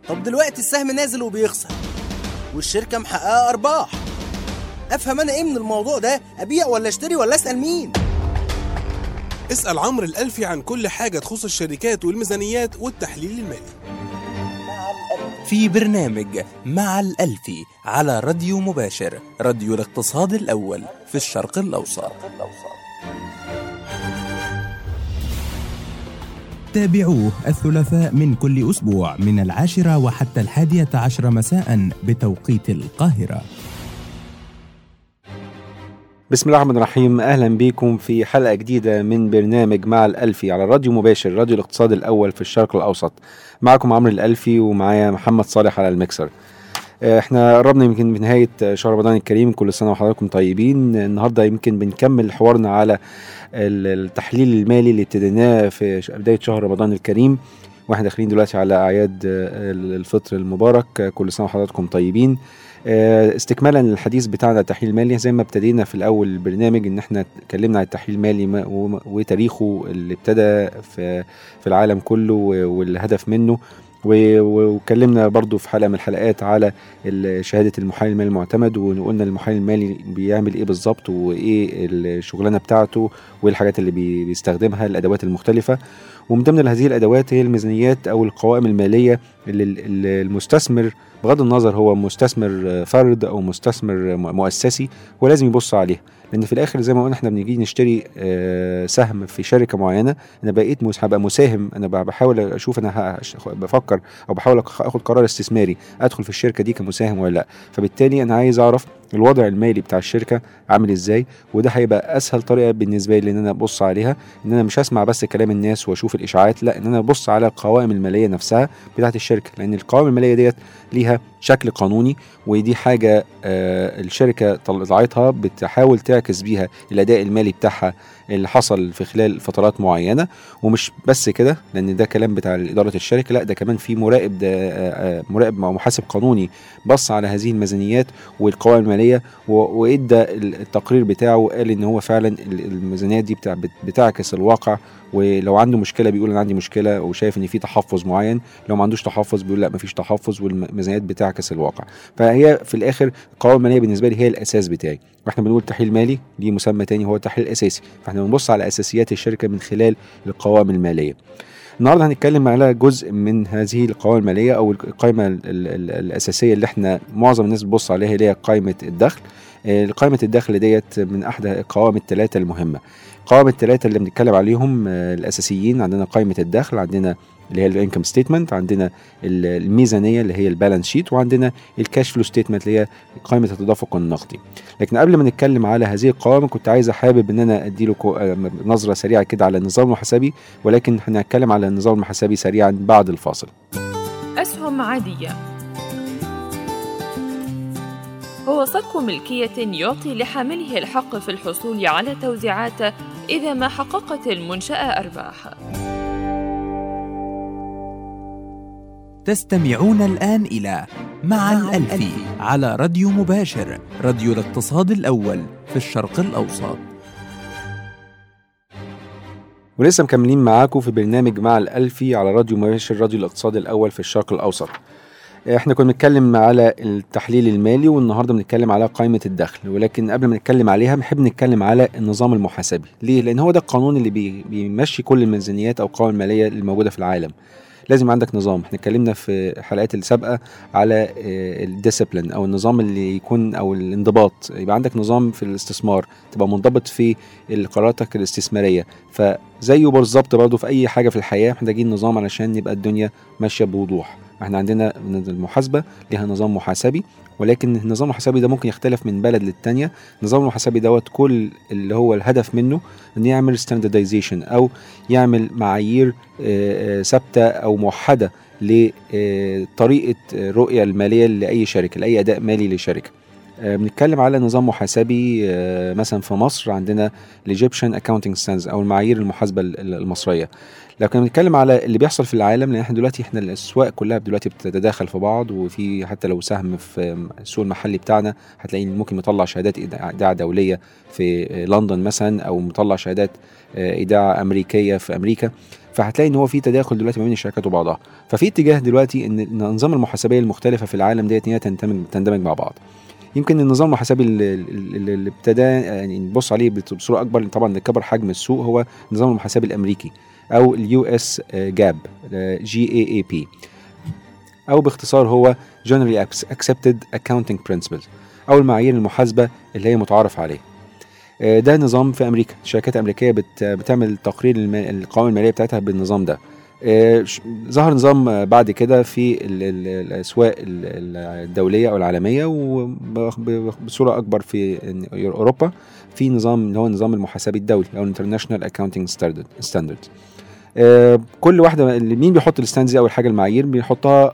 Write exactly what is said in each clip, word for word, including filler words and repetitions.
طب دلوقتي السهم نازل وبيخسر والشركة محققة أرباح، أفهم أنا إيه من الموضوع ده؟ أبيع ولا أشتري ولا أسأل مين؟ اسأل عمرو الألفي عن كل حاجة تخص الشركات والميزانيات والتحليل المالي في برنامج مع الألفي على راديو مباشر، راديو الاقتصاد الأول في الشرق الأوسط. تابعوه الثلاثاء من كل أسبوع من العاشرة وحتى الحادية عشر مساء بتوقيت القاهرة. بسم الله الرحمن الرحيم، أهلا بكم في حلقة جديدة من برنامج مع الألفي على راديو مباشر، راديو الاقتصاد الأول في الشرق الأوسط. معكم عمرو الألفي ومعايا محمد صالح على المكسر. احنا قربنا يمكن بنهاية شهر رمضان الكريم، كل سنة وحضراتكم طيبين. النهاردة يمكن بنكمل حوارنا على التحليل المالي اللي ابتديناه في بداية شهر رمضان الكريم، واحنا داخلين دلوقتي على أعياد الفطر المبارك. كل سنة وحضراتكم طيبين. استكمالا للحديث بتاعنا التحليل المالي، زي ما ابتدينا في الاول البرنامج ان احنا اتكلمنا عن التحليل المالي وتاريخه اللي ابتدى في في العالم كله والهدف منه، واتكلمنا برضو في حلقة من الحلقات على شهادة المحلل المالي المعتمد، وقلنا المحلل المالي بيعمل ايه بالظبط وايه الشغلانة بتاعته وايه الحاجات اللي بيستخدمها، الادوات المختلفة. ومن ضمن هذه الادوات هي الميزانيات او القوائم المالية اللي المستثمر بغض النظر هو مستثمر فرد او مستثمر مؤسسي هو لازم يبص عليها، لان في الاخر زي ما قلنا احنا بنيجي نشتري سهم في شركه معينه، انا بقيت هبقى مساهم، انا بحاول اشوف انا بفكر او بحاول اخد قرار استثماري ادخل في الشركه دي كمساهم ولا لا. فبالتالي انا عايز اعرف الوضع المالي بتاع الشركه عامل ازاي، وده هيبقى اسهل طريقه بالنسبه لي ان انا ابص عليها، ان انا مش هسمع بس كلام الناس واشوف الاشاعات، لا ان انا ابص على القوائم الماليه نفسها بتاعه الشركه، لان القوائم الماليه ديت ليها شكل قانوني، ودي حاجة آه الشركة طلعتها بتحاول تعكس بيها الأداء المالي بتاعها اللي حصل في خلال فترات معينة. ومش بس كده، لأن ده كلام بتاع إدارة الشركة، لا ده كمان في مراقب ده آه مراقب أو محاسب قانوني بص على هذه الميزانيات والقوائم المالية وإدى التقرير بتاعه، وقال إن هو فعلا الميزانيات دي بتاع بتعكس الواقع، ولو عنده مشكلة بيقول أنا عندي مشكلة وشايف إن في تحفظ معين، لو ما عندوش تحفظ بيقول لا مفيش تحفظ والميزانيات بتعكس الواقع. فهي في الآخر القوائم المالية بالنسبة لي هي الأساس بتاعي، واحنا بنقول تحليل مالي ليه مسمى تاني هو التحليل الأساسي، فاحنا بنبص على أساسيات الشركة من خلال القوائم المالية. النهارده هنتكلم على جزء من هذه القوائم المالية أو القائمة الأساسية اللي احنا معظم الناس بتبص عليها، اللي هي قائمة الدخل. قائمة الدخل ديت من أحد القوائم الثلاثة المهمة. قوائم الثلاثة اللي بنتكلم عليهم الأساسيين، عندنا قائمة الدخل، عندنا اللي هي الانكم ستيتمنت، عندنا الميزانية اللي هي البالانس شيت، وعندنا الكاش فلو ستيتمنت اللي هي قائمة التدفق النقدي. لكن قبل ما نتكلم على هذه القوائم كنت عايز حابب ان انا اديله نظرة سريعة كده على النظام المحاسبي، ولكن هنتكلم على النظام المحاسبي سريعا بعد الفاصل. أسهم عادية هو صك ملكية يعطي لحامله الحق في الحصول على توزيعات إذا ما حققت المنشأة أرباح. تستمعون الآن إلى مع الألفي على راديو مباشر، راديو الاقتصاد الأول في الشرق الأوسط. ولسه مكملين معاكم في برنامج مع الألفي على راديو مباشر، راديو الاقتصاد الأول في الشرق الأوسط. احنا كنا بنتكلم على التحليل المالي، والنهارده بنتكلم على قائمة الدخل، ولكن قبل ما نتكلم عليها بنحب نتكلم على النظام المحاسبي. ليه؟ لأن هو ده القانون اللي بيمشي كل الميزانيات أو القوائم المالية الموجودة في العالم. لازم عندك نظام. احنا اتكلمنا في الحلقات السابقة على الديسيبلين او النظام اللي يكون او الانضباط، يبقى عندك نظام في الاستثمار، تبقى منضبط في قراراتك الاستثمارية. فزيه بالظبط برضه في اي حاجة في الحياة محتاجين نظام علشان يبقى الدنيا ماشية بوضوح. احنا عندنا المحاسبة لها نظام محاسبي، ولكن النظام المحاسبي ده ممكن يختلف من بلد للتانية. النظام المحاسبي دوت كل اللي هو الهدف منه ان يعمل ستاندردايزيشن او يعمل معايير ثابتة او موحدة لطريقة رؤية المالية لأي شركة، لأي أداء مالي لشركة. بنتكلم على نظام محاسبي مثلا في مصر عندنا الإيجيبشن أكاونتنج ستاندرز أو المعايير المحاسبة المصرية. لكن بنتكلم على اللي بيحصل في العالم، لأن احنا دلوقتي احنا الأسواق كلها دلوقتي بتتداخل في بعض، وفي حتى لو سهم في السوق المحلي بتاعنا هتلاقي ممكن مطلع شهادات إيداع دولية في لندن مثلا، أو مطلع شهادات إيداع أمريكية في أمريكا. فهتلاقي ان هو في تداخل دلوقتي ما بين الشركات وبعضها. ففي اتجاه دلوقتي ان الانظمه المحاسبيه المختلفه في العالم ديت ان هي تندمج تندمج مع بعض. يمكن النظام المحاسبي اللي ابتدى يعني نبص عليه بصوره اكبر طبعا لكبر حجم السوق هو النظام المحاسبي الامريكي او اليو اس جاب جي اي اي بي، او باختصار هو Generally Accepted Accounting Principles او المعايير المحاسبه اللي هي متعارف عليه. ده نظام في امريكا، الشركات الامريكيه بت بتعمل تقرير القوائم الماليه بتاعتها بالنظام ده. ظهر نظام بعد كده في الاسواق الدوليه او العالميه وبصوره اكبر في اوروبا في نظام اللي هو النظام المحاسبي الدولي او International Accounting Standards. كل واحده اللي مين بيحط الستاندز اول حاجه المعايير بيحطها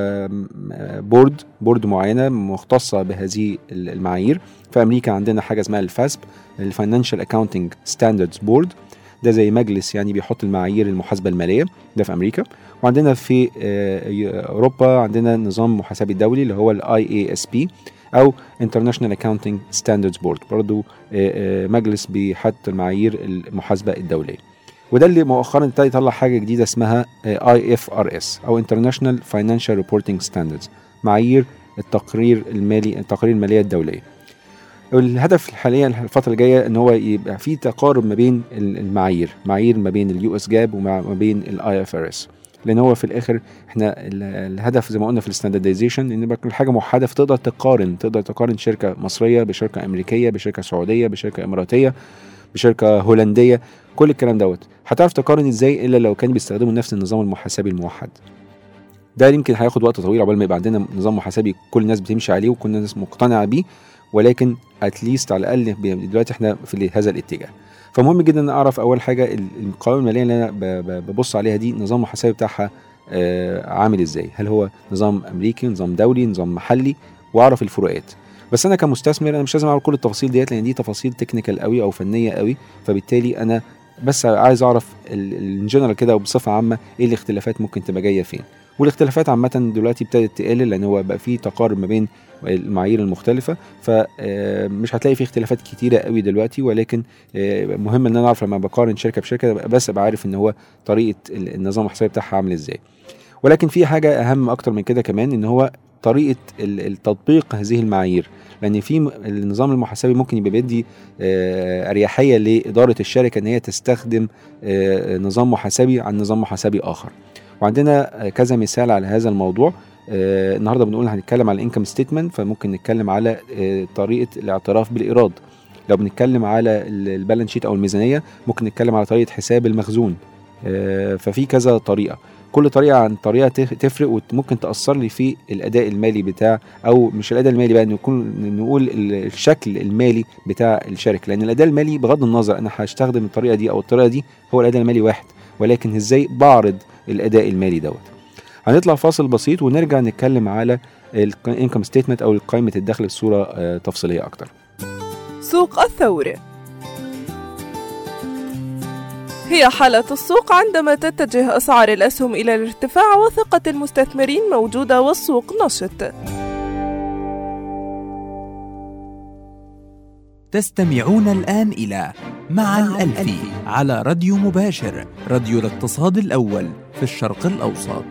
بورد بورد معينه مختصه بهذه المعايير. في امريكا عندنا حاجه اسمها الفاسب الفاينانشال اكاونتنج ستاندردز بورد، ده زي مجلس يعني بيحط المعايير المحاسبه الماليه، ده في امريكا. وعندنا في اوروبا عندنا نظام محاسبي دولي اللي هو الاي اي اس بي او International Accounting Standards Board، برضو مجلس بيحط المعايير المحاسبه الدوليه. وده اللي مؤخرا ابتدى يطلع حاجه جديده اسمها آي إف آر إس او International Financial Reporting Standards، معايير التقرير المالي التقارير الماليه الدوليه. الهدف حاليا الفتره الجايه ان هو يبقى في تقارب ما بين المعايير معايير ما بين اليو اس جاب وما بين الاي اف ار اس، لان هو في الاخر احنا الهدف زي ما قلنا في الستاندردايزيشن ان يبقى كل حاجه موحده، فتقدر تقارن تقدر تقارن شركه مصريه بشركه امريكيه بشركه سعوديه بشركه اماراتيه بشركه هولنديه، كل الكلام دوت هتعرف تقارن ازاي الا لو كانوا بيستخدموا نفس النظام المحاسبي الموحد. ده يمكن هياخد وقت طويل عقبال ما يبقى عندنا نظام محاسبي كل الناس بتمشي عليه وكل الناس مقتنعه بيه، ولكن اتليست على الاقل دلوقتي احنا في هذا الاتجاه. فمهم جدا ان اعرف اول حاجه القوائم الماليه اللي انا ببص عليها دي النظام المحاسبي بتاعها عامل ازاي، هل هو نظام امريكي نظام دولي نظام محلي، واعرف الفروقات. بس انا كمستثمر انا مش لازم اعرف كل التفاصيل ديت لان دي تفاصيل تكنيكال قوي او فنيه قوي، فبالتالي انا بس عايز اعرف الجنرال كده وبصفه عامه ايه الاختلافات ممكن تبقى جايه فين. والاختلافات عامه دلوقتي ابتدت تقل لان هو بقى في تقارب ما بين المعايير المختلفه، فمش هتلاقي في اختلافات كتيره قوي دلوقتي، ولكن مهم ان انا اعرف لما بقارن شركه بشركه بس ابقى عارف ان هو طريقه النظام الحسابي بتاعها عامل ازاي. ولكن في حاجه اهم اكتر من كده كمان ان هو طريقه التطبيق هذه المعايير، لان في النظام المحاسبي ممكن يبقى بيدي اريحيه لاداره الشركه ان هي تستخدم نظام محاسبي عن نظام محاسبي اخر. وعندنا كذا مثال على هذا الموضوع. آه النهارده بنقول هنتكلم على الانكم ستيتمنت، فممكن نتكلم على آه طريقه الاعتراف بالايراد. لو بنتكلم على البالانس شيت او الميزانيه ممكن نتكلم على طريقه حساب المخزون. آه ففي كذا طريقه، كل طريقه عن طريقه تفرق وممكن تاثر لي في الاداء المالي بتاع او مش الاداء المالي بقى نكون نقول الشكل المالي بتاع الشركه، لان الاداء المالي بغض النظر انا هستخدم الطريقه دي او الطريقه دي هو الاداء المالي واحد، ولكن ازاي بعرض الاداء المالي دوت. هنطلع فاصل بسيط ونرجع نتكلم على الانكم ستيتمنت او قائمه الدخل بصوره تفصيليه اكتر. سوق الثور هي حالة السوق عندما تتجه أسعار الأسهم إلى الارتفاع وثقة المستثمرين موجودة والسوق نشط. تستمعون الآن إلى مع الألفي على راديو مباشر، راديو الاقتصاد الأول في الشرق الأوسط.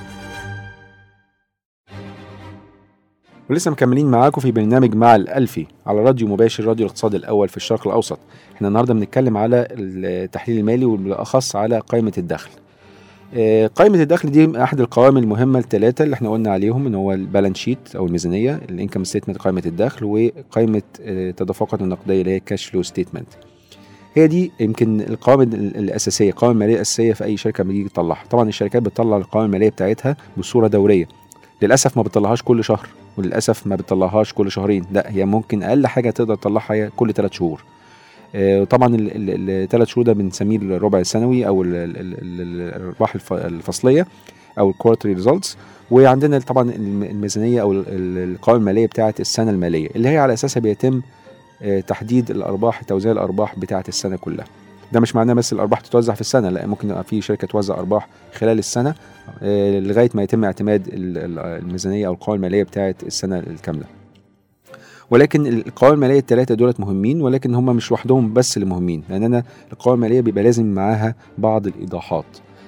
ولسه مكملين معاكم في برنامج مع الألفي على راديو مباشر، راديو الاقتصاد الأول في الشرق الأوسط. احنا النهاردة بنتكلم على التحليل المالي وبالأخص على قائمة الدخل. قائمة الدخل دي أحد القوائم المهمة الثلاثة اللي احنا قلنا عليهم، ان هو البالانس شيت أو الميزانية، الانكم ستيتمنت قائمة الدخل، وقائمة تدفقات النقدية اللي هي كاش فلو ستيتمنت. هي دي يمكن القوائم الأساسية، القوائم المالية الأساسية في أي شركة بتيجي تطلعها. طبعا الشركات بتطلع القوائم المالية بتاعتها بصورة دورية، للأسف ما بتطلعهاش كل شهر، وللأسف ما بتطلعهاش كل شهرين، لا هي ممكن أقل حاجة تقدر تطلعها كل ثلاث شهور. طبعا الثلاث شهور ده بنسميه الربع السنوي او الارباح الفصليه او الكوارتري ريزلتس. وعندنا طبعا الميزانيه او القوائم الماليه بتاعه السنه الماليه اللي هي على اساسها بيتم تحديد الارباح، توزيع الارباح بتاعه السنه كلها. ده مش معناه بس الارباح تتوزع في السنه، لا ممكن يبقى في شركه توزع ارباح خلال السنه لغايه ما يتم اعتماد الميزانيه او القوائم الماليه بتاعه السنه الكامله. ولكن القوائم الماليه الثلاثه دولت مهمين، ولكن هم مش لوحدهم بس اللي مهمين، لان انا القوائم الماليه بيبقى لازم معاها بعض الايضاحات.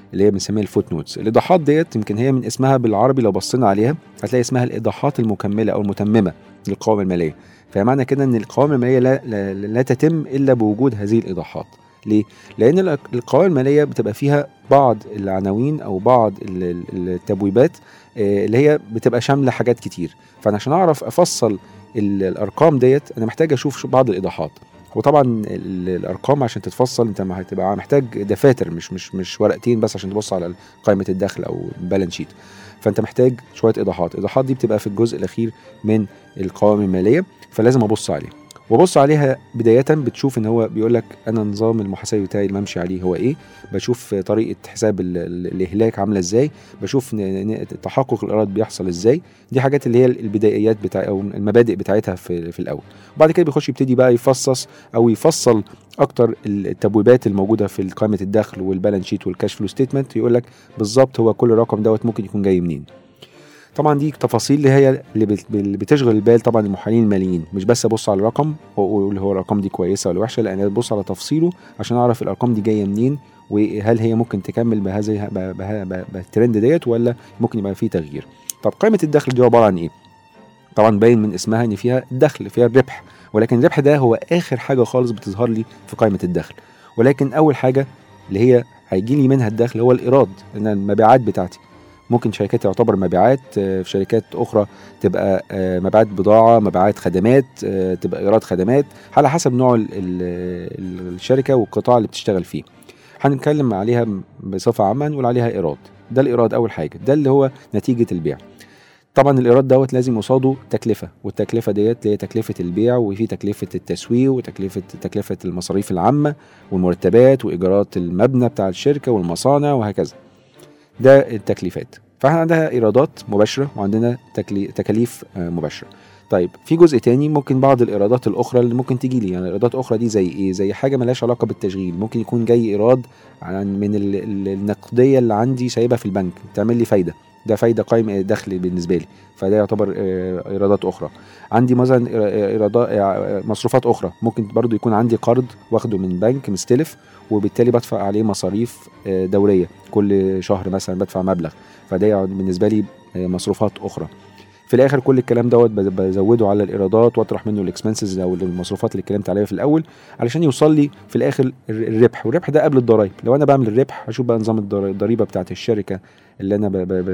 اللي هي بنسميها الفوت نوتس. الايضاحات ديت يمكن هي من اسمها بالعربي لو بصينا عليها هتلاقي اسمها الايضاحات المكمله او المتممه للقوائم الماليه. فمعنى كده ان القوائم الماليه لا, لا, لا تتم الا بوجود هذه الايضاحات. ليه؟ لان القوائم الماليه بتبقى فيها بعض العناوين او بعض التبويبات اللي هي بتبقى شامله حاجات كتير. فانا عشان اعرف افصل الارقام ديت انا محتاج اشوف بعض الايضاحات. وطبعا الارقام عشان تتفصل انت هتبقى محتاج دفاتر مش مش مش ورقتين بس عشان تبص على قائمه الدخل او البالانس شيت. فانت محتاج شويه ايضاحات. الايضاحات دي بتبقى في الجزء الاخير من القوائم الماليه، فلازم ابص عليها. وبص عليها بدايه بتشوف ان هو بيقول لك انا نظام المحاسبي بتاعي اللي بمشي عليه هو ايه، بشوف طريقه حساب الاهلاك عامله ازاي، بشوف تحقق الايراد بيحصل ازاي. دي حاجات اللي هي البدايات بتاع او المبادئ بتاعتها في في الاول. وبعد كده بيخش يبتدي بقى يفصص او يفصل اكتر التبويبات الموجوده في قائمه الدخل والبالانس شيت والكاش فلو ستيتمنت، يقول لك بالظبط هو كل رقم دوت ممكن يكون جاي منين. طبعا دي تفاصيل اللي هي اللي بتشغل البال طبعا المحللين الماليين، مش بس ابص على الرقم واقول هو الارقام دي كويسه ولا وحشه، لا انا ابص على تفصيله عشان اعرف الارقام دي جايه منين، وهل هي ممكن تكمل بهذه بالترند ديت ولا ممكن يبقى فيه تغيير. طب قائمه الدخل دي عباره عن ايه؟ طبعا باين من اسمها ان فيها الدخل، فيها الربح، ولكن الربح ده هو اخر حاجه خالص بتظهر لي في قائمه الدخل. ولكن اول حاجه اللي هي هيجي لي منها الدخل هو الايراد، ان المبيعات بتاعتي. ممكن شركات تعتبر مبيعات، في شركات اخرى تبقى مبيعات بضاعه، مبيعات خدمات، تبقى ايراد خدمات، على حسب نوع الشركه والقطاع اللي بتشتغل فيه. هنتكلم عليها بصفه عامه نقول عليها ايراد. ده الايراد اول حاجه، ده اللي هو نتيجه البيع. طبعا الايراد دوت لازم قصاده تكلفه، والتكلفه ديت هي تكلفه البيع، وفي تكلفه التسويق، وتكلفه تكلفه المصاريف العامه والمرتبات وايجارات المبنى بتاع الشركه والمصانع وهكذا. ده التكليفات. فاحنا عندنا ايرادات مباشره وعندنا تكاليف مباشره. طيب في جزء تاني ممكن بعض الايرادات الاخرى اللي ممكن تيجي لي، يعني الايرادات الاخرى دي زي ايه؟ زي حاجه ملهاش علاقه بالتشغيل. ممكن يكون جاي ايراد من النقديه اللي عندي سايبها في البنك تعمل لي فايده، ده فايده قائمه دخل بالنسبه لي، فده يعتبر ايرادات اخرى. عندي مثلا ايرادات مصروفات اخرى، ممكن برضو يكون عندي قرض واخده من بنك مستلف وبالتالي بدفع عليه مصاريف دوريه كل شهر مثلا بدفع مبلغ، فده بالنسبه لي مصروفات اخرى. في الاخر كل الكلام دوت بزوده على الايرادات واطرح منه الاكسبنسز او المصروفات اللي اتكلمت عليها في الاول علشان يوصل لي في الاخر الربح. والربح ده قبل الضرايب. لو انا بعمل الربح هشوف بقى نظام الضريبه بتاعت الشركه اللي انا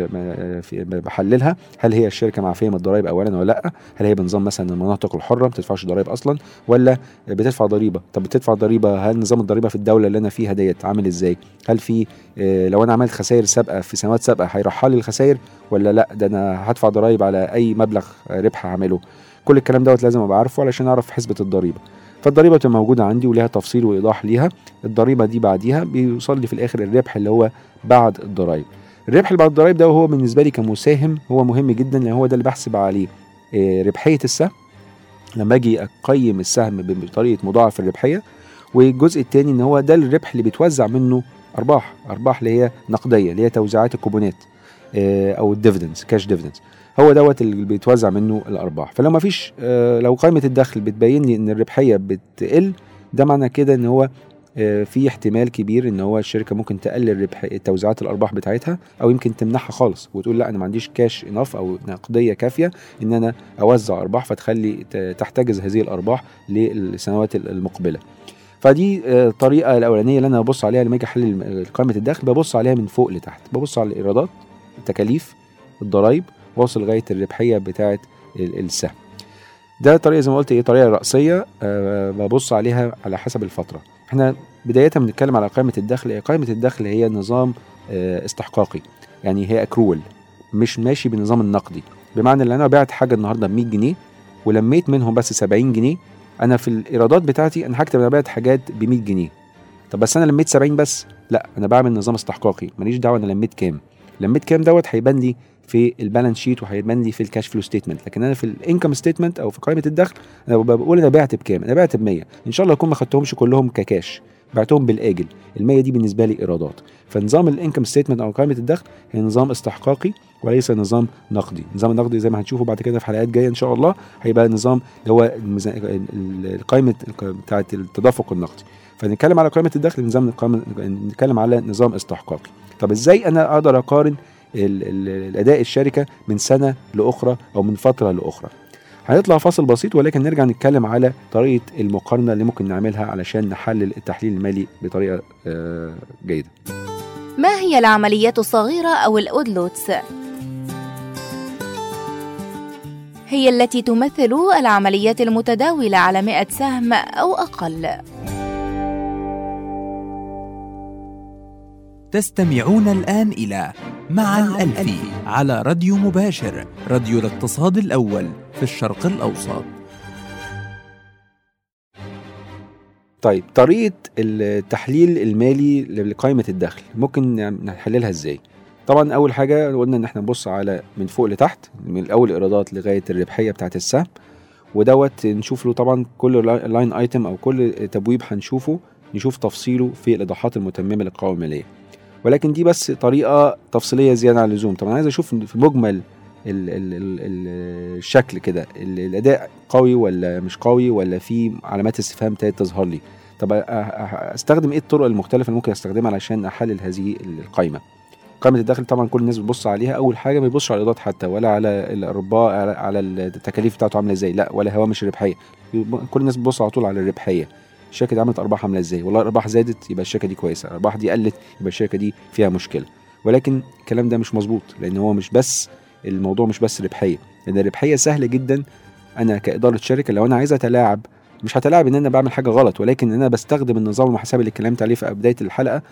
بحللها، هل هي الشركه معفيه من الضرايب اولا ولا لا؟ هل هي بنظام مثلا المناطق الحره ما بتدفعش ضرايب اصلا ولا بتدفع ضريبه؟ طب بتدفع ضريبه، هل نظام الضريبه في الدوله اللي انا فيها ديت عامل ازاي؟ هل في لو انا عملت خسائر سابقه في سنوات سابقه هيرحل لي الخسائر ولا لا؟ ده انا هدفع ضرايب على اي مبلغ ربح هعمله. كل الكلام دوت لازم ابقى عارفه علشان اعرف حسبه الضريبه. فالضريبه بتبقى موجوده عندي وليها تفصيل وايضاح ليها. الضريبه دي بعديها بيوصل لي في الاخر الربح اللي هو بعد الضرايب. الربح اللي بعد الضرايب ده هو بالنسبه لي كمساهم هو مهم جدا، لان هو ده اللي بحسب عليه ربحيه السهم لما اجي اقيم السهم بطريقه مضاعف الربحيه. والجزء الثاني ان هو ده الربح اللي بيتوزع منه ارباح، ارباح اللي هي نقديه اللي هي توزيعات الكوبونات او الديفيدندز، كاش ديفيدندز، هو دوت اللي بيتوزع منه الارباح. فلو ما فيش لو قائمه الدخل بتبين لي ان الربحيه بتقل، ده معنى كده ان هو في احتمال كبير ان هو الشركه ممكن تقلل ربح توزيعات الارباح بتاعتها او يمكن تمنحها خالص وتقول لا انا ما عنديش كاش اناف او نقديه كافيه ان انا اوزع ارباح، فتخلي تحتجز هذه الارباح للسنوات المقبله. فدي الطريقه الاولانيه اللي انا ببص عليها لما اجي احلل قائمه الدخل. ببص عليها من فوق لتحت، ببص على الايرادات، التكاليف، الضرائب، واوصل لغايه الربحيه بتاعه السهم. ده طريقه زي ما قلت ايه طريقه رئيسيه أه ببص عليها على حسب الفتره. احنا بدايه بنتكلم على قائمه الدخل. قائمه الدخل هي نظام أه استحقاقي، يعني هي اكرول، مش ماشي بنظام النقدي. بمعنى ان انا بعت حاجه النهارده ب مية جنيه ولميت منهم بس سبعين جنيه، انا في الايرادات بتاعتي انا هكتب انا بعت حاجات ب مية جنيه. طب بس انا لميت سبعين بس، لا انا بعمل نظام استحقاقي، ماليش دعوه انا لميت كام. لميت كام دوت هيبان لي في البالانس شيت وهيبان لي في الكاش فلو ستيتمنت، لكن انا في الانكم ستيتمنت او في قائمه الدخل انا بقول انا بعت بكام. انا بعت ب مية، ان شاء الله اكون ما خدتهمش كلهم ككاش، بعتهم بالاجل، المية دي بالنسبه لي ايرادات. فنظام الانكم ستيتمنت او قائمه الدخل هي نظام استحقاقي وليس نظام نقدي. النظام النقدي زي ما هنشوفه بعد كده في حلقات جايه ان شاء الله هيبقى نظام اللي هو القائمه بتاعه التدفق النقدي. فنتكلم على قائمه الدخل نظام القائمه، نتكلم على نظام استحقاقي. طب ازاي انا اقدر اقارن الاداء الشركه من سنه لاخرى او من فتره لاخرى؟ هنطلع فاصل بسيط ولكن نرجع نتكلم على طريقه المقارنه اللي ممكن نعملها علشان نحلل التحليل المالي بطريقه جيده. ما هي العمليات الصغيره او الاودلوتس؟ هي التي تمثل العمليات المتداولة على مئة سهم أو أقل. تستمعون الآن إلى مع الألفي على راديو مباشر، راديو الاقتصاد الأول في الشرق الأوسط. طيب طريقة التحليل المالي لقائمة الدخل ممكن نحللها إزاي؟ طبعا اول حاجه قلنا ان احنا نبص على من فوق لتحت، من الاول الايرادات لغايه الربحيه بتاعه السهم، ودوت نشوف له طبعا كل لاين ايتم او كل تبويب هنشوفه نشوف تفصيله في الايضاحات المتممه للقوائم الماليه. ولكن دي بس طريقه تفصيليه زياده عن اللزوم. طبعا عايز اشوف في مجمل ال ال ال ال الشكل كده الاداء قوي ولا مش قوي، ولا في علامات استفهام ابتدت تظهر لي. طب استخدم ايه الطرق المختلفه اللي ممكن استخدمها علشان احلل هذه القائمه؟ قائمة الدخل طبعا كل الناس بتبص عليها. أول حاجة ما بيبصش على الإيرادات حتى، ولا على الأرباح، على التكاليف بتاعته عاملة إزاي، لا، ولا هوامش الربحية. كل الناس بتبص على طول على الربحية، الشركة دي عملت أرباح عاملة إزاي. والله الأرباح زادت يبقى الشركة دي كويسة، الأرباح دي قلت يبقى الشركة دي فيها مشكلة. ولكن الكلام ده مش مظبوط، لأن هو مش بس الموضوع مش بس ربحية، لأن الربحية سهلة جدا. أنا كإدارة شركة لو أنا عايز أتلاعب، مش هتلاعب إن أنا بعمل حاجة غلط، ولكن أنا بستخدم النظام المحاسبي اللي اتكلمت عليه في بداية الحلقة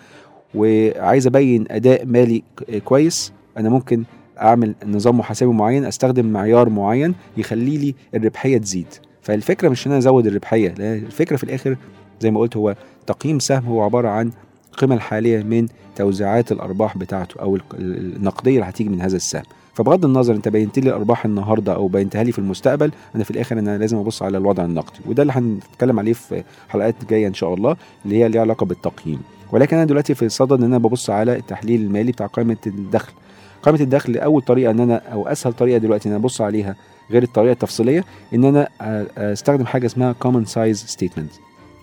وعايز ابين اداء مالي كويس، انا ممكن اعمل نظام محاسبي معين، استخدم معيار معين يخلي لي الربحيه تزيد. فالفكره مش ان انا ازود الربحيه، لا، الفكره في الاخر زي ما قلت هو تقييم سهم هو عباره عن القيمه الحاليه من توزيعات الارباح بتاعته او النقديه اللي هتيجي من هذا السهم. فبغض النظر انت بينت لي الارباح النهارده او بينتها لي في المستقبل، انا في الاخر انا لازم ابص على الوضع النقدي، وده اللي هنتكلم عليه في حلقات جايه ان شاء الله اللي هي ليها علاقه بالتقييم. ولكن انا دلوقتي في صدد ان انا ببص على التحليل المالي بتاع قائمه الدخل. قائمه الدخل اول طريقه ان انا او اسهل طريقه دلوقتي ان انا ابص عليها غير الطريقه التفصيليه ان انا استخدم حاجه اسمها common size statement،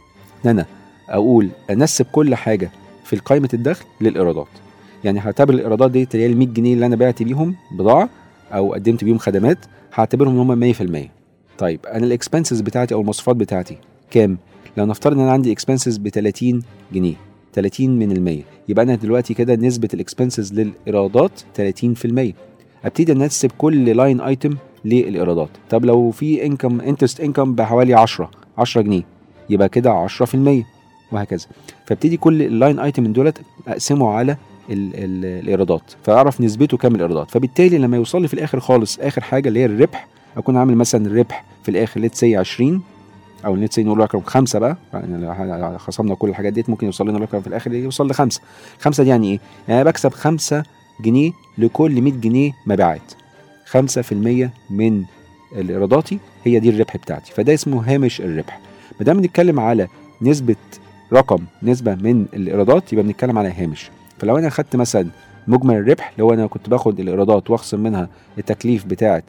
ان انا اقول انسب كل حاجه في قائمه الدخل للايرادات. يعني هعتبر الايرادات دي اللي هي ال مية جنيه اللي انا بعت بيهم بضاعه او قدمت بيهم خدمات، هعتبرهم ان هم مية في المية. طيب انا الاكسبنسز بتاعتي او المصروفات بتاعتي كام؟ لو نفترض ان انا عندي اكسبنسز ب ثلاثين جنيه، ثلاثين من المية، يبقى انا دلوقتي كده نسبه الاكسبنسز للايرادات ثلاثين في المية. ابتدي انسب كل لاين ايتم للايرادات. طب لو في انكم انترست انكم بحوالي عشرة جنيه، يبقى كده عشرة في المية وهكذا. فابتدي كل اللاين ايتم من دولت اقسمه على ال ال الايرادات، فاعرف نسبته كام الايرادات. فبالتالي لما يوصل لي في الاخر خالص اخر حاجه اللي هي الربح، اكون عامل مثلا الربح في الاخر ليتس سي عشرين او ليتس سي نقول رقم خمسة بقى، يعني خصمنا كل الحاجات ديت ممكن يوصل لنا رقم في الاخر يوصل لخمسة. خمسة دي يعني ايه؟ يعني انا بكسب خمسة جنيه لكل مية جنيه مبيعات، خمسة في المية من الايراداتي هي دي الربح بتاعتي، فده اسمه هامش الربح. ما دام بنتكلم على نسبه رقم نسبه من الايرادات يبقى بنتكلم على هامش. فلو انا خدت مثلا مجمل الربح لو انا كنت باخد الايرادات واخصم منها التكليف بتاعه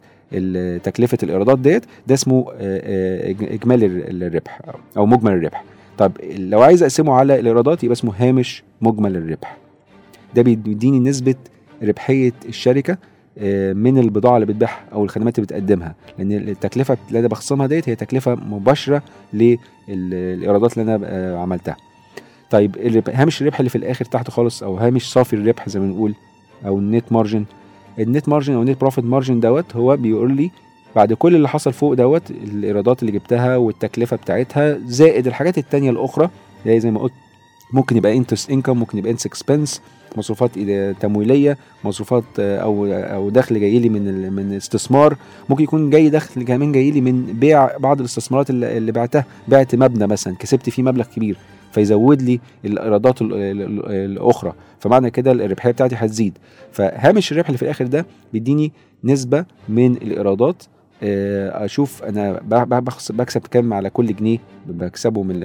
تكلفه الايرادات ديت، ده اسمه اجمالي الربح او مجمل الربح. طب لو عايز اقسمه على الايرادات يبقى اسمه هامش مجمل الربح. ده بيديني نسبه ربحيه الشركه من البضاعه اللي بتبيعها او الخدمات اللي بتقدمها، لان التكلفه اللي انا بخصمها ديت هي تكلفه مباشره للايرادات اللي انا عملتها. طيب هامش الربح اللي في الاخر تحت خالص او هامش صافي الربح زي ما بنقول او النت مارجن، النت مارجن او النت بروفيت مارجن دوت هو بيقول لي بعد كل اللي حصل فوق دوت الايرادات اللي جبتها والتكلفه بتاعتها زائد الحاجات التانية الاخرى اللي زي ما قلت ممكن يبقى انترست انكم، ممكن يبقى انس اكسبنس، مصروفات تمويليه، مصروفات او او دخل جاي لي من من استثمار، ممكن يكون جاي دخل كمان جاي لي من بيع بعض الاستثمارات اللي بعتها، بعت مبنى مثلا كسبت فيه مبلغ كبير فيزود لي الايرادات الاخرى، فمعنى كده الربحيه بتاعتي هتزيد. فهامش الربح اللي في الاخر ده بيديني نسبه من الايرادات اشوف انا بكسب كام على كل جنيه بكسبه من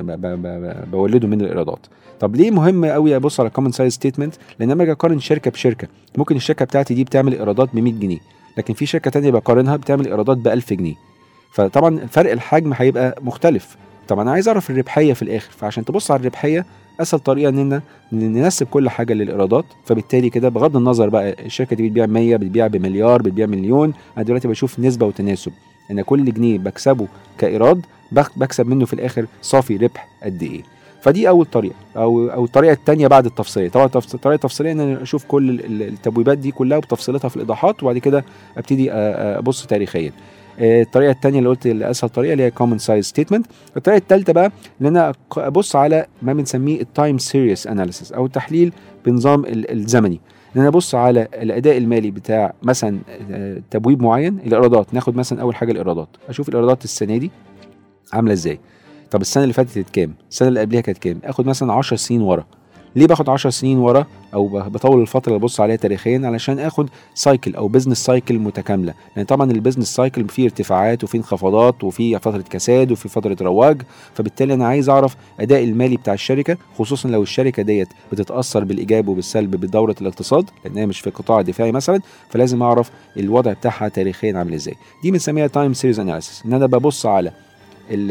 بولده من الايرادات. طب ليه مهم قوي ابص على common size statement؟ لان لما اجي اقارن شركه بشركه، ممكن الشركه بتاعتي دي بتعمل ايرادات ب مية جنيه، لكن في شركه تانية بقارنها بتعمل ايرادات ب ألف جنيه، فطبعا فرق الحجم هيبقى مختلف. طبعا انا عايز اعرف الربحيه في الاخر، فعشان تبص على الربحيه اسهل طريقه اننا ننسب كل حاجه للايرادات. فبالتالي كده بغض النظر بقى الشركه دي بتبيع مية، بتبيع بمليار، بتبيع مليون، انا دلوقتي بشوف نسبه وتناسب ان كل جنيه بكسبه كايراد بكسب منه في الاخر صافي ربح قد ايه. فدي اول طريقه. او او الطريقه الثانيه بعد التفصيليه، طبعا الطريقه التفصيليه ان انا اشوف كل التبويبات دي كلها بتفصيلتها في الايضاحات، وبعد كده ابتدي ابص تاريخيا. الطريقه الثانيه اللي قلت الاسهل طريقه اللي هي common size statement. الطريقه الثالثه بقى ان انا ابص على ما بنسميه التايم سيريس اناليسيس او التحليل بنظام الزمني، ان انا ابص على الاداء المالي بتاع مثلا تبويب معين. الايرادات، ناخد مثلا اول حاجه الايرادات، اشوف الايرادات السنه دي عامله ازاي. طب السنه اللي فاتت كانت كام؟ السنه اللي قبلها كانت كام؟ اخد مثلا عشر سنين ورا. ليه باخد عشر سنين ورا او بطول الفتره اللي ابص عليها تاريخيا؟ علشان اخد سايكل او بزنس سايكل متكامله، لان طبعا البزنس سايكل فيه ارتفاعات وفيه انخفاضات وفيه فتره كساد وفيه فتره رواج. فبالتالي انا عايز اعرف اداء المالي بتاع الشركه، خصوصا لو الشركه ديت بتتاثر بالايجاب وبالسلب بدوره الاقتصاد، لانها مش في قطاع دفاعي مثلا، فلازم اعرف الوضع بتاعها تاريخيا عامل ازاي. دي بنسميها تايم سيريز اناليسيس، ان انا ببص على ال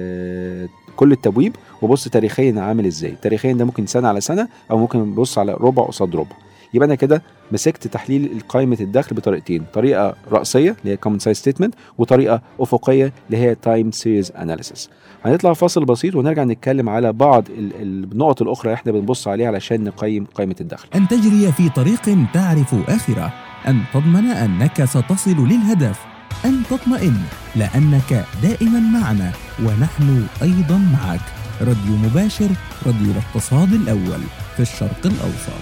ال كل التبويب وبص تاريخيا عامل ازاي. تاريخيا ده ممكن سنه على سنه او ممكن نبص على ربع قصاد ربع. يبقى انا كده مسكت تحليل قائمه الدخل بطريقتين، طريقه راسيه اللي هي common size statement، وطريقه افقيه اللي هي time series analysis. هنطلع فاصل بسيط ونرجع نتكلم على بعض النقط الاخرى احنا بنبص عليها علشان نقيم قائمه الدخل. ان تجري في طريق تعرف اخره، ان تضمن انك ستصل للهدف، أن تطمئن لأنك دائما معنا ونحن أيضا معك. راديو مباشر، راديو الاقتصاد الأول في الشرق الأوسط.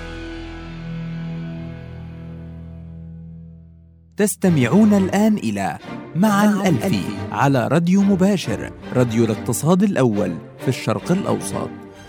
تستمعون الآن إلى مع الألفي على راديو مباشر، راديو الاقتصاد الأول في الشرق الأوسط.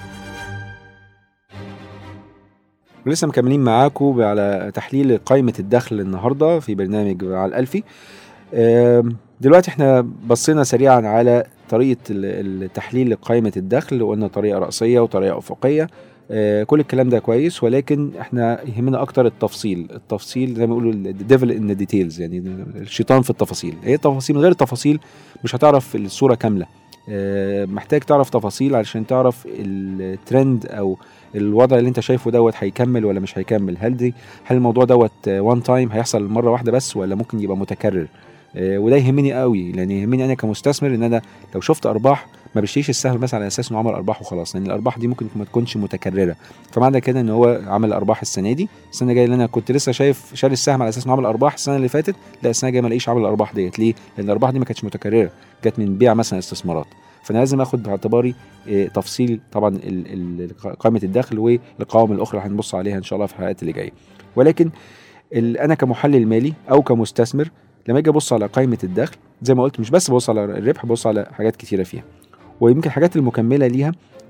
ولسه مكملين معاكم على تحليل قائمة الدخل النهاردة في برنامج مع الألفي. دلوقتي احنا بصينا سريعا على طريقة التحليل لقائمة الدخل، وقلنا طريقة رأسية وطريقة أفقية. كل الكلام ده كويس، ولكن احنا يهمنا اكتر التفصيل. التفصيل زي ما بيقولوا الديفل ان ديتيلز، يعني الشيطان في التفاصيل. هي التفاصيل، من غير التفاصيل مش هتعرف الصورة كاملة. محتاج تعرف تفاصيل علشان تعرف الترند او الوضع اللي انت شايفه دوت هيكمل ولا مش هيكمل. هل دي هل الموضوع دوت وان تايم هيحصل مرة واحدة بس، ولا ممكن يبقى متكرر؟ وده يهمني قوي، لان يهمني انا كمستثمر ان انا لو شفت ارباح ما بشتريش السهم مثلا على اساس انه عمل ارباح وخلاص، لان الارباح دي ممكن ما تكونش متكرره. فمعنى كده ان هو عمل ارباح السنه دي، السنه الجايه اللي انا كنت لسه شايف شاري السهم على اساس انه عمل ارباح السنه اللي فاتت، لا السنه الجايه ما الاقيش عمل الارباح ديت. ليه؟ لان الارباح دي ما كانتش متكرره، جت من بيع مثلا استثمارات. فانا لازم اخد باعتباري تفصيل طبعا قائمه الدخل والقوائم الاخرى اللي هنبص عليها ان شاء الله في الحلقات اللي جايه. ولكن انا كمحلل مالي او كمستثمر لما اجي ابص على قائمه الدخل، زي ما قلت مش بس ببص على الربح، ببص على حاجات كتيره فيها. ويمكن الحاجات المكمله ليها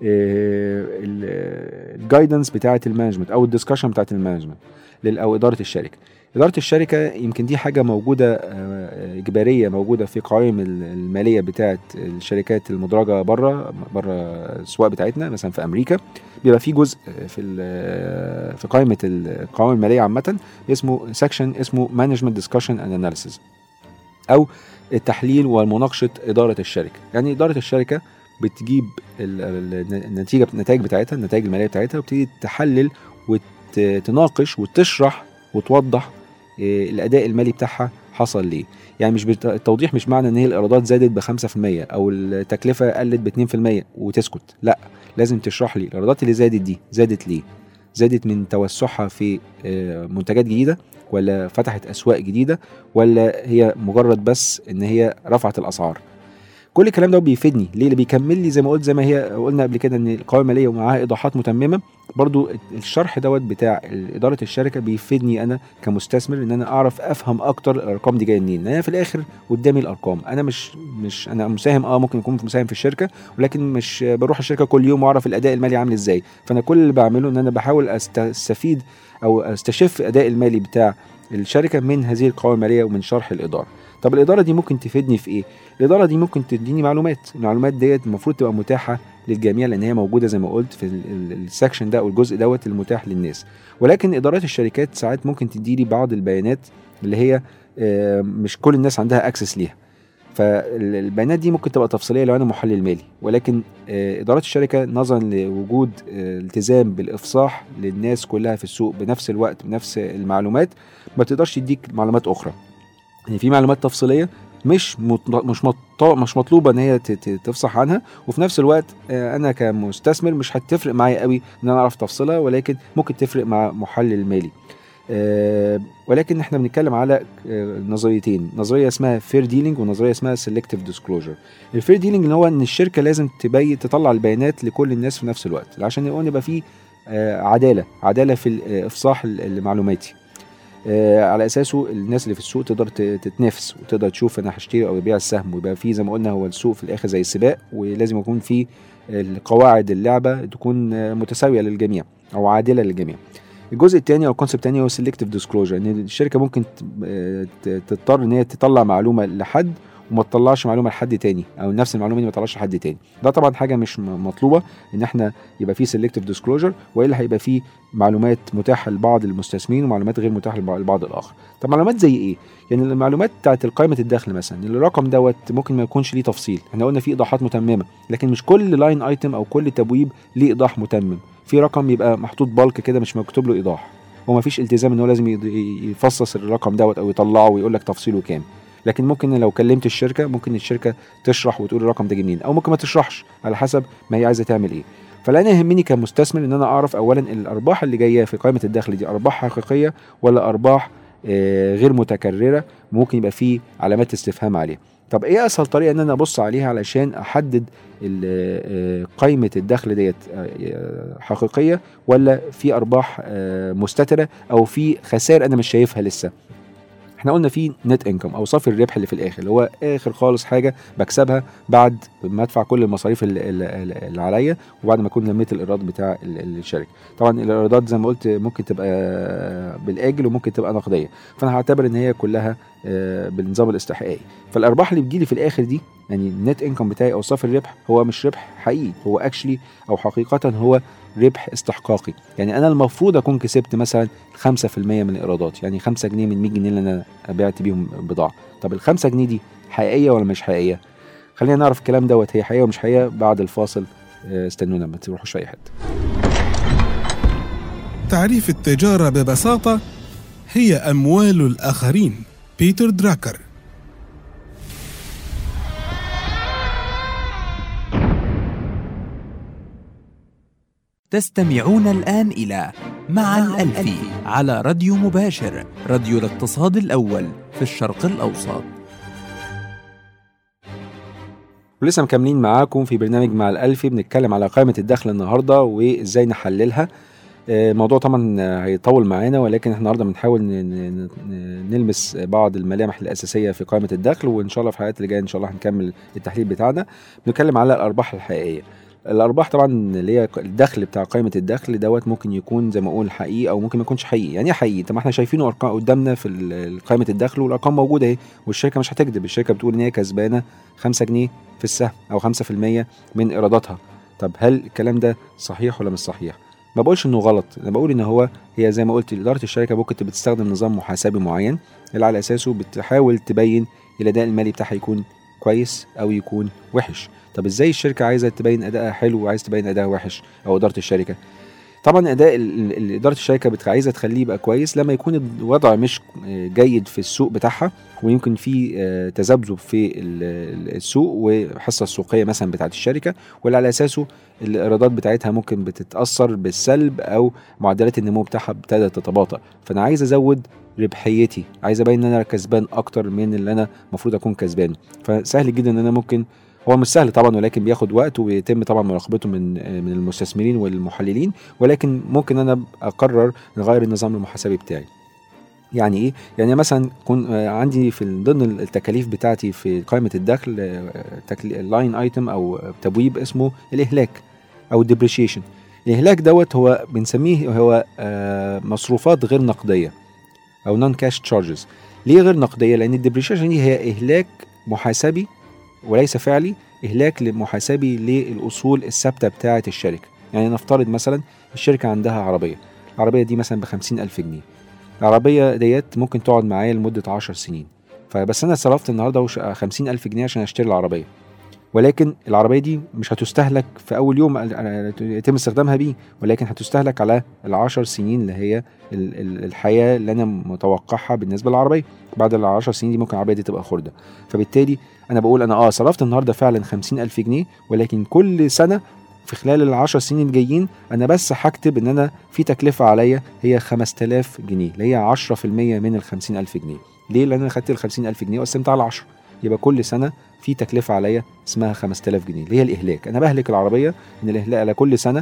الجايدنس بتاعه المانجمنت او الدسكشن بتاعه المانجمنت او اداره الشركه. اداره الشركه يمكن دي حاجه موجوده اجباريه، موجوده في قوائم الماليه بتاعه الشركات المدرجه بره بره السوق بتاعتنا. مثلا في امريكا بيبقى في جزء في في قائمه القوائم الماليه عامه اسمه سكشن اسمه مانجمنت ديسكشن اند اناليسيس، او التحليل ومناقشه اداره الشركه. يعني اداره الشركه بتجيب النتيجه النتائج بتاعتها، النتائج الماليه بتاعتها، وبتبتدي تحلل وتناقش وتشرح وتوضح الاداء المالي بتاعها حصل ليه. يعني مش بت... التوضيح مش معنى ان هي الايرادات زادت بخمسة في المية او التكلفه قلت باتنين في المية وتسكت، لا، لازم تشرح لي الايرادات اللي زادت دي زادت ليه. زادت من توسعها في منتجات جديده، ولا فتحت اسواق جديده، ولا هي مجرد بس ان هي رفعت الاسعار. كل الكلام ده بيفيدني ليه؟ اللي بيكمل لي زي ما قلت، زي ما هي قلنا قبل كده ان القوائم الماليه ومعاها ايضاحات متممه. برضو الشرح دوت بتاع اداره الشركه بيفيدني انا كمستثمر ان انا اعرف افهم اكتر الارقام دي جايه منين. انا في الاخر قدامي الارقام، انا مش مش انا مساهم، اه ممكن اكون مساهم في الشركه، ولكن مش بروح الشركه كل يوم واعرف الاداء المالي عامل ازاي. فانا كل اللي بعمله ان انا بحاول استفيد او استشف الاداء المالي بتاع الشركه من هذه القوائم الماليه ومن شرح الاداره. طب الاداره دي ممكن تفيدني في ايه؟ الاداره دي ممكن تديني معلومات، المعلومات ديت المفروض تبقى متاحه للجميع لان هي موجوده زي ما قلت في السكشن ده او الجزء دوت المتاح للناس. ولكن ادارات الشركات ساعات ممكن تديلي بعض البيانات اللي هي مش كل الناس عندها اكسس ليها، فالبيانات دي ممكن تبقى تفصيليه لو انا محلل مالي، ولكن ادارات الشركه نظرا لوجود التزام بالافصاح للناس كلها في السوق بنفس الوقت بنفس المعلومات ما تقدرش تديك معلومات اخرى. يعني في معلومات تفصيليه مش مش مش مطلوبه ان هي تفصح عنها، وفي نفس الوقت انا كمستثمر مش هتفرق معايا قوي ان انا اعرف تفصيلها، ولكن ممكن تفرق مع محلل مالي. أه ولكن احنا بنتكلم على أه نظريتين، نظريه اسمها فير ديلينج ونظريه اسمها سيلكتيف ديسكلوجر. الفير ديلينج اللي هو ان الشركه لازم تبين تطلع البيانات لكل الناس في نفس الوقت عشان يبقى فيه أه عداله عداله في افصاح المعلوماتي، أه على اساسه الناس اللي في السوق تقدر تتنافس وتقدر تشوف انا هشتري او ابيع السهم، ويبقى فيه زي ما قلنا هو السوق في الاخر زي السباق، ولازم يكون فيه القواعد اللعبه تكون متساويه للجميع او عادله للجميع. الجزء الثاني او الكونسبت الثاني هو سيلكتيف ديسكلوجر، ان الشركه ممكن تضطر ان هي تطلع معلومه لحد وما تطلعش معلومه لحد تاني، او نفس المعلومه دي ما تطلعش لحد تاني. ده طبعا حاجه مش مطلوبه ان احنا يبقى فيه سيلكتيف ديسكلوجر، والا هيبقى فيه معلومات متاحه لبعض المستثمرين ومعلومات غير متاحه للبعض الاخر. طب معلومات زي ايه؟ يعني المعلومات بتاعت قائمه الدخل مثلا، الرقم دوت ممكن ما يكونش ليه تفصيل، احنا قلنا فيه ايضاحات متممه، لكن مش كل لاين ايتم او كل تبويب ليه ايضاح متمم. في رقم يبقى محطوط بالك كده مش مكتوب له ايضاح، وما فيش التزام ان هو لازم يفصص الرقم دوت او يطلعه ويقول لك تفصيله كام. لكن ممكن لو كلمت الشركه ممكن الشركه تشرح وتقول الرقم ده جه منين، او ممكن ما تشرحش على حسب ما هي عايزه تعمل ايه. فلا انا يهمني كمستثمر ان انا اعرف اولا الارباح اللي جايه في قائمه الدخل دي ارباح حقيقيه ولا ارباح آه غير متكرره ممكن يبقى فيه علامات استفهام عليها. طب ايه اسهل طريقه ان انا ابص عليها علشان احدد قائمه الدخل ديت حقيقيه ولا في ارباح مستتره او في خسائر انا مش شايفها لسه؟ احنا قلنا في نت انكم او صافي الربح اللي في الاخر، اللي هو اخر خالص حاجه بكسبها بعد ما ادفع كل المصاريف اللي عليا وبعد ما اكون لميت الايراد بتاع الشركه. طبعا الايرادات زي ما قلت ممكن تبقى بالاجل وممكن تبقى نقديه، فانا هعتبر ان هي كلها بالنظام الاستحقاقي. فالارباح اللي بتجيلي في الاخر دي يعني النت انكم بتاعي او صافي الربح هو مش ربح حقيقي، هو اكشلي او حقيقه هو ربح استحقاقي. يعني انا المفروض اكون كسبت مثلا خمسة في المية من الايرادات، يعني خمسة جنيه من مية جنيه اللي انا بعت بيهم بضاعه. طب الخمسة جنيه دي حقيقيه ولا مش حقيقيه؟ خلينا نعرف الكلام دوت هي حقيقيه ومش حقيقيه بعد الفاصل. استنونا ما تروحوش في اي حته. تعريف التجاره ببساطه هي اموال الاخرين. بيتر دراكر. تستمعون الآن إلى مع الألفي على راديو مباشر، راديو الاقتصاد الأول في الشرق الأوسط. ولسه مكملين معاكم في برنامج مع الألفي، بنتكلم على قائمة الدخل النهاردة وإزاي نحللها. الموضوع طبعا هيطول معانا، ولكن احنا النهارده بنحاول نلمس بعض الملامح الأساسية في قائمة الدخل، وإن شاء الله في الحلقات اللي جاية إن شاء الله هنكمل التحليل بتاعنا. بنتكلم على الأرباح الحقيقية. الارباح طبعا اللي هي الدخل بتاع قائمه الدخل دوت ممكن يكون زي ما اقول حقيقي او ممكن ما يكونش حقيقي. يعني ايه حقيقي؟ طب ما احنا شايفينه ارقام قدامنا في قائمه الدخل والارقام موجوده اهي، والشركه مش هتكذب، الشركه بتقول ان هي كسبانه خمسة جنيه في السهم او خمسة في المية من ايراداتها. طب هل الكلام ده صحيح ولا مش صحيح؟ ما بقولش انه غلط، انا بقول ان هو هي زي ما قلت اداره الشركه ممكن بتستخدم نظام محاسبي معين اللي على اساسه بتحاول تبين الاداء المالي بتاعها يكون كويس او يكون وحش. طب ازاي الشركه عايزه تبين ادائها حلو وعايزه تبين ادائها وحش او اداره الشركه؟ طبعا اداء اداره الشركه عايزه تخليه يبقى كويس لما يكون الوضع مش جيد في السوق بتاعها، ويمكن في تذبذب في السوق والحصه السوقيه مثلا بتاعه الشركه، واللي على اساسه الايرادات بتاعتها ممكن بتتاثر بالسلب او معدلات النمو بتاعها ابتدت تتباطأ. فانا عايز ازود ربحيتي، عايز ابين ان انا كسبان اكتر من اللي انا المفروض اكون كسبان. فسهل جدا ان انا ممكن، هو مش سهل طبعا ولكن بياخد وقت ويتم طبعا مراقبته من من المستثمرين والمحللين، ولكن ممكن انا اقرر نغير النظام المحاسبي بتاعي. يعني ايه؟ يعني مثلا كون عندي في ضمن التكاليف بتاعتي في قائمه الدخل لاين ايتم او تبويب اسمه الاهلاك او الديبريشيشن. الاهلاك دوت هو بنسميه هو مصروفات غير نقديه او نون كاش تشارجز. ليه غير نقديه؟ لان الديبريشيشن دي هي اهلاك محاسبي وليس فعلي، اهلاك محاسبي للاصول الثابته بتاعه الشركه. يعني نفترض مثلا الشركه عندها عربيه، العربيه دي مثلا بخمسين الف جنيه، العربيه ديت ممكن تقعد معايا لمده عشر سنين، فبس انا صرفت النهارده خمسين الف جنيه عشان اشتري العربيه، ولكن العربيه دي مش هتستهلك في اول يوم يتم استخدامها بيه، ولكن هتستهلك على العشر سنين اللي هي الحياه اللي انا متوقعها بالنسبه للعربيه. بعد العشر سنين دي ممكن العربيه دي تبقى خرده. فبالتالي انا بقول انا اه صرفت النهارده فعلا خمسين الف جنيه، ولكن كل سنه في خلال العشر سنين الجايين انا بس هكتب ان انا في تكلفه عليا هي خمسة آلاف جنيه، اللي هي عشرة في المية من ال خمسين الف جنيه. ليه؟ لان انا خدت ال خمسين الف جنيه وقسمتها على عشرة، يبقى كل سنه في تكلفه عليا اسمها خمسة آلاف جنيه، اللي هي الاهلاك. انا بهلك العربيه، ان الاهلاك على كل سنه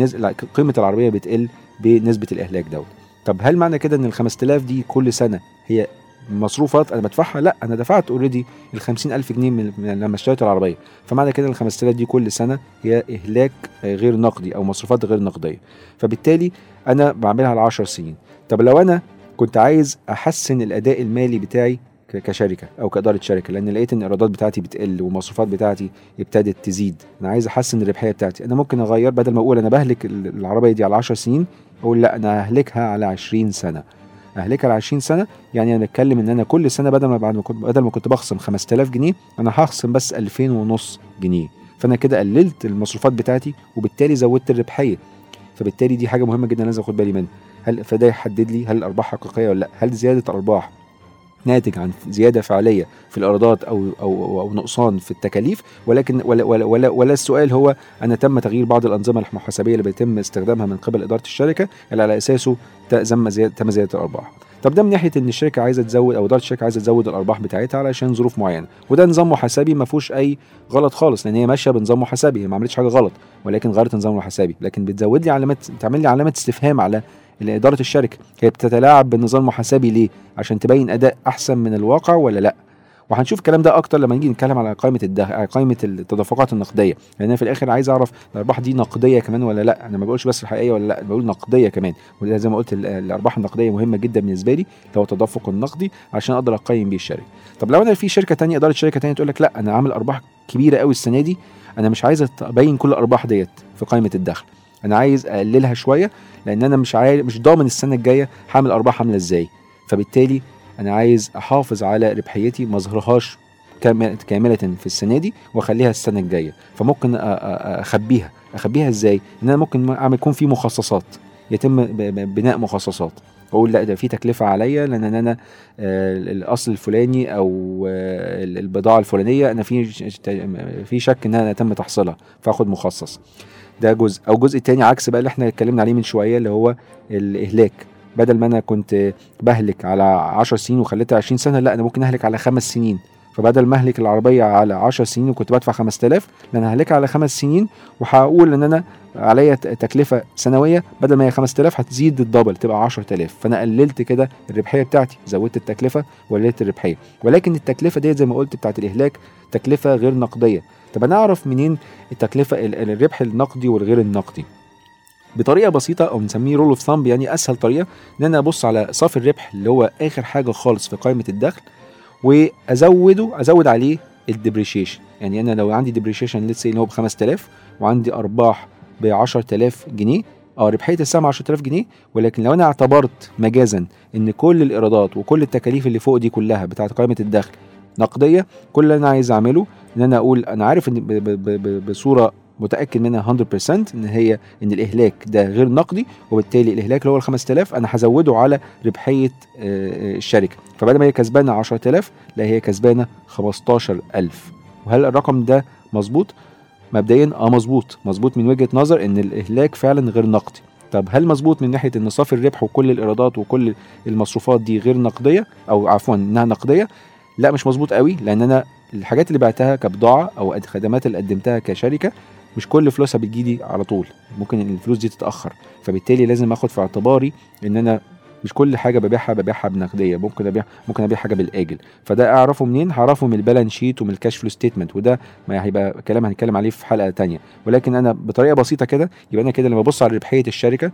قيمه العربيه بتقل بنسبه الاهلاك دوت. طب هل معنى كده ان ال خمسة آلاف دي كل سنه هي مصروفات انا بدفعها؟ لا، انا دفعت اوريدي ال خمسين الف جنيه من لما اشتريت العربيه، فمعنى كده ال خمسة آلاف دي كل سنه هي اهلاك غير نقدي او مصروفات غير نقديه، فبالتالي انا بعملها على عشر سنين. طب لو انا كنت عايز احسن الاداء المالي بتاعي كشركه او كاداره شركه، لان لقيت ان الايرادات بتاعتي بتقل والمصروفات بتاعتي ابتدت تزيد، انا عايز احسن الربحيه بتاعتي، انا ممكن اغير، بدل ما اقول انا بهلك العربيه دي على عشر سنين، اقول لا انا ههلكها على عشرين سنه. اهلكها على عشرين سنه، يعني انا بتكلم ان انا كل سنه بدل ما بعد ما كنت بدل ما كنت بخصم خمسة آلاف جنيه، انا هخصم بس ألفين ونص جنيه، فانا كده قللت المصروفات بتاعتي وبالتالي زودت الربحيه. فبالتالي دي حاجه مهمه جدا لازم اخد بالي منها. هل فده يحدد لي هل الارباح حقيقيه ولا لا؟ هل زياده الارباح ناتج عن زياده فعليه في الايرادات او او او نقصان في التكاليف؟ ولكن ولا ولا ولا, ولا السؤال هو انا تم تغيير بعض الانظمه المحاسبيه اللي بيتم استخدامها من قبل اداره الشركه اللي على اساسه تم زياده تم زياده الارباح. طب ده من ناحيه ان الشركه عايزه تزود او اداره الشركه عايزه تزود الارباح بتاعتها علشان ظروف معينه، وده نظام محاسبي ما فيهوش اي غلط خالص، لان هي ماشيه بنظام محاسبي، هي ما عملتش حاجه غلط ولكن غيرت نظام محاسبي، لكن بتزود لي علامات، بتعمل لي علامات استفهام على إدارة الشركة. هي بتتلاعب بالنظام المحاسبي ليه؟ عشان تبين أداء أحسن من الواقع ولا لأ؟ وهنشوف الكلام ده أكتر لما نيجي نتكلم على قائمة الدخل، قائمة التدفقات النقدية، لأن في الآخر عايز أعرف الأرباح دي نقدية كمان ولا لأ. أنا ما بقولش بس الحقيقية ولا لأ، بقول نقدية كمان، وده زي ما قلت الأرباح النقدية مهمة جدا بالنسبة لي، لو التدفق النقدي عشان أقدر أقيم بيه الشركة. طب لو أنا في شركة تانية، إدارة شركة تانية تقول لك لأ أنا عامل أرباح كبيرة قوي السنة دي، أنا مش عايز أبين كل الأرباح ديت في قائمة الدخل، انا عايز اقللها شويه، لان انا مش عارف مش ضامن السنه الجايه هعمل ارباح عامله ازاي، فبالتالي انا عايز احافظ على ربحيتي ما اظهرهاش كامله في السنه دي واخليها السنه الجايه. فممكن اخبيها اخبيها ازاي؟ ان انا ممكن اعمل يكون في مخصصات، يتم بناء مخصصات، اقول لا ده في تكلفه عليا لان انا الاصل الفلاني او البضاعه الفلانيه انا في في شك انها تم تحصيلها، فاخد مخصص. ده جزء. او جزء تاني عكس بقى اللي احنا اتكلمنا عليه من شويه، اللي هو الاهلاك. بدل ما انا كنت بهلك على عشر سنين وخليتها عشرين سنه، لا انا ممكن اهلك على خمس سنين. فبدل ما اهلك العربيه على عشر سنين وكنت بدفع خمسة آلاف، لان انا ههلكها على خمس سنين وهقول ان انا عليا تكلفه سنويه بدل ما هي خمسة آلاف هتزيد الدبل تبقى عشرة آلاف، فانا قللت كده الربحيه بتاعتي، زودت التكلفه وقللت الربحيه. ولكن التكلفه دي زي ما قلت بتاعت الاهلاك تكلفه غير نقديه. طب انا اعرف منين التكلفه الربح النقدي والغير النقدي؟ بطريقه بسيطه او بنسميه رول اوف ثامب، يعني اسهل طريقه ان انا ابص على صافي الربح اللي هو اخر حاجه خالص في قائمه الدخل، وازوده ازود عليه الديبريشيشن. يعني انا لو عندي ديبريشيشن ليتس اللي هو ب خمسة آلاف وعندي ارباح ب عشرة آلاف جنيه، اه ربحيه السهم عشرة آلاف جنيه، ولكن لو انا اعتبرت مجازا ان كل الايرادات وكل التكاليف اللي فوق دي كلها بتاعه قائمه الدخل نقديه، كل اللي انا عايز اعمله ان انا اقول انا عارف ان بصوره متاكد منها مية بالمية ان هي ان الاهلاك ده غير نقدي، وبالتالي الاهلاك اللي هو ال خمسة آلاف انا هزوده على ربحيه الشركه، فبدل ما هي كسبانه عشرة آلاف لا هي كسبانه خمستاشر ألف. وهل الرقم ده مظبوط؟ مبدئيا اه مظبوط، مظبوط من وجهه نظر ان الاهلاك فعلا غير نقدي. طب هل مظبوط من ناحيه ان صافي الربح وكل الايرادات وكل المصروفات دي غير نقديه او عفوا انها نقديه؟ لا مش مظبوط قوي، لان انا الحاجات اللي بعتها كبضاعه او الخدمات اللي قدمتها كشركه مش كل فلوسها بتجيلي على طول، ممكن الفلوس دي تتاخر، فبالتالي لازم اخد في اعتباري ان انا مش كل حاجه ببيعها ببيعها بنقديه، ممكن ابيع ممكن ابيع حاجه بالاجل. فده اعرفه منين؟ هعرفه من البالانس شيت ومن الكاش فلو ستيتمنت، وده ما هيبقى كلام هنتكلم عليه في حلقه تانية. ولكن انا بطريقه بسيطه كده يبقى انا كده لما ببص على ربحيه الشركه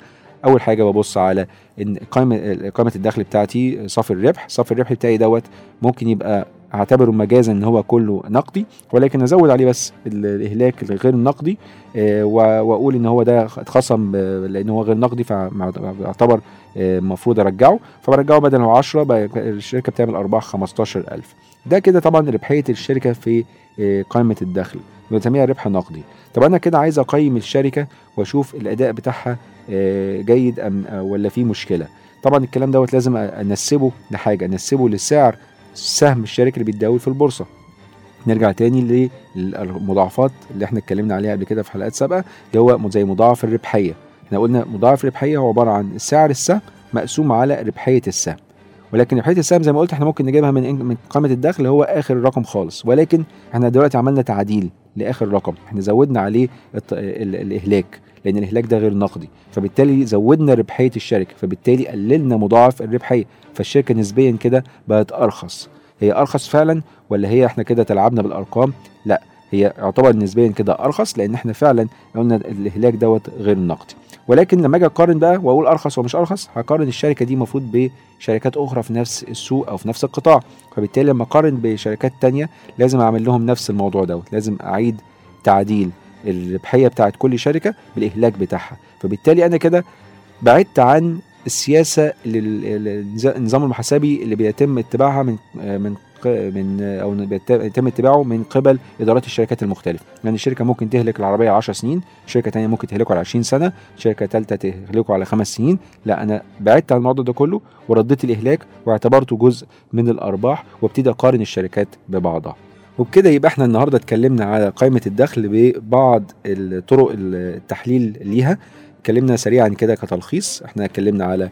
اول حاجه ببص على ان قائمه قائمه الدخل بتاعتي صافي الربح. صافي الربح بتاعي دوت ممكن يبقى هعتبره مجازا ان هو كله نقدي، ولكن ازود عليه بس الاهلاك الغير النقدي آه واقول ان هو ده اتخصم لان هو غير نقدي فاعتبر المفروض آه ارجعه، فبرجعه بدل ما عشرة بقى الشركه بتعمل ارباح خمستاشر ألف. ده كده طبعا ربحيه الشركه في آه قائمه الدخل بنسميها ربح نقدي. طب انا كده عايز اقيم الشركه واشوف الاداء بتاعها آه جيد ام ولا في مشكله. طبعا الكلام دوت لازم انسبه لحاجه، انسبه للسعر سهم الشركه اللي بيتداول في البورصه. نرجع تاني للمضاعفات اللي احنا اتكلمنا عليها قبل كده في حلقات سابقه، اللي هو زي مضاعف الربحيه. احنا قلنا مضاعف الربحيه هو عباره عن سعر السهم مقسوم على ربحيه السهم، ولكن ربحيه السهم زي ما قلت احنا ممكن نجيبها من من قائمه الدخل اللي هو اخر رقم خالص، ولكن احنا دلوقتي عملنا تعديل لاخر رقم، احنا زودنا عليه الاهلاك لان الاهلاك ده غير نقدي، فبالتالي زودنا ربحيه الشركه، فبالتالي قللنا مضاعف الربحيه، فالشركه نسبيا كده بقت ارخص. هي ارخص فعلا ولا هي احنا كده تلعبنا بالارقام؟ لا، هي يعتبر نسبيا كده ارخص لان احنا فعلا قلنا الاهلاك دوت غير نقدي. ولكن لما اجي اقارن بقى واقول ارخص ومش ارخص، هقارن الشركه دي المفروض بشركات اخرى في نفس السوق او في نفس القطاع، فبالتالي لما اقارن بشركات تانية لازم اعمل لهم نفس الموضوع دوت، لازم اعيد تعديل الربحيه بتاعت كل شركه بالاهلاك بتاعها. فبالتالي انا كده بعدت عن السياسه النظام المحاسبي اللي بيتم اتباعها من من من او بيتم اتباعه من قبل ادارات الشركات المختلفه. يعني الشركه ممكن تهلك العربيه عشر سنين، شركه ثانيه ممكن تهلكه على عشرين سنه، شركه ثالثه تهلكه على خمس سنين. لا، انا بعدت عن الموضوع ده كله ورديت الاهلاك واعتبرته جزء من الارباح وابتدي اقارن الشركات ببعضها. وبكده يبقى احنا النهارده اتكلمنا على قائمه الدخل ببعض الطرق التحليل ليها. اتكلمنا سريعا كده كتلخيص، احنا اتكلمنا على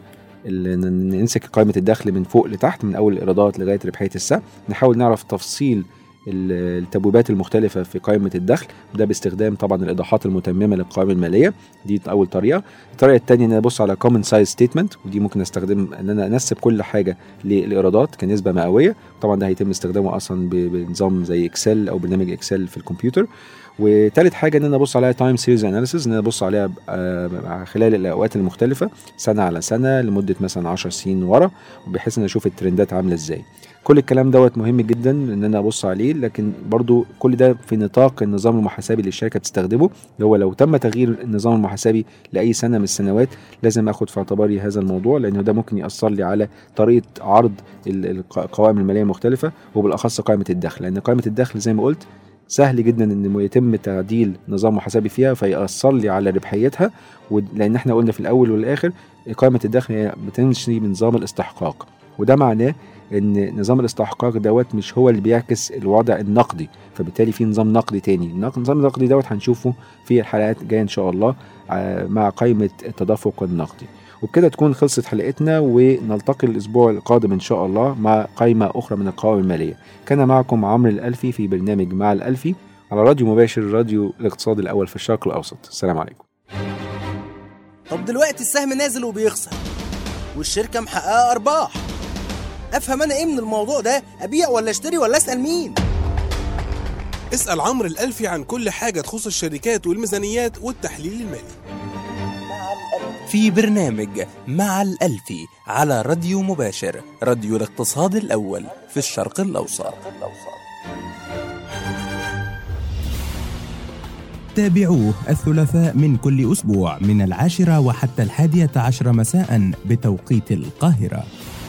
نمسك قائمه الدخل من فوق لتحت، من اول الايرادات لغايه ربحيه السهم، نحاول نعرف تفصيل التبويبات المختلفه في قائمه الدخل، وده باستخدام طبعا الايضاحات المتممه للقوائم الماليه. دي اول طريقه. الطريقه الثانيه ان انا ابص على كومن سايز ستيتمنت، ودي ممكن استخدم ان انا انسب كل حاجه للايرادات كنسبه مئويه. طبعا ده هيتم استخدامه اصلا بنظام زي اكسل او برنامج اكسل في الكمبيوتر. وثالث حاجه ان انا ابص عليها تايم سيريز اناليسيز، ان انا ابص عليها خلال الاوقات المختلفه سنه على سنه لمده مثلا عشر سنين ورا، بحيث ان اشوف الترندات عامله ازاي. كل الكلام دوت مهم جدا ان انا ابص عليه، لكن برضو كل ده في نطاق النظام المحاسبي اللي الشركه بتستخدمه. اللي هو لو تم تغيير النظام المحاسبي لاي سنه من السنوات لازم اخد في اعتباري هذا الموضوع، لانه ده ممكن ياثر لي على طريقه عرض القوائم الماليه المختلفه، وبالاخص قائمه الدخل، لان قائمه الدخل زي ما قلت سهل جدا ان يتم تعديل نظام محاسبي فيها فيأثر لي على ربحيتها. لان احنا قلنا في الاول والاخر قائمه الدخل هي بتمشي بنظام الاستحقاق، وده معناه ان نظام الاستحقاق دوت مش هو اللي بيعكس الوضع النقدي، فبالتالي في نظام نقدي تاني. النظام النقدي دوت هنشوفه في الحلقات الجايه ان شاء الله مع قائمه التدفق النقدي. وبكده تكون خلصت حلقتنا، ونلتقي الاسبوع القادم ان شاء الله مع قائمه اخرى من القوائم الماليه. كان معكم عمرو الألفي في برنامج مع الألفي على راديو مباشر، راديو الاقتصاد الاول في الشرق الاوسط. السلام عليكم. طب دلوقتي السهم نازل وبيخسر والشركه محققه ارباح، افهم انا ايه من الموضوع ده؟ ابيع ولا اشتري ولا اسال مين؟ اسال عمرو الألفي عن كل حاجه تخص الشركات والميزانيات والتحليل المالي في برنامج مع الألفي على راديو مباشر، راديو الاقتصاد الأول في الشرق الأوسط. تابعوه الثلاثاء من كل أسبوع من العاشرة وحتى الحادية عشر مساء بتوقيت القاهرة.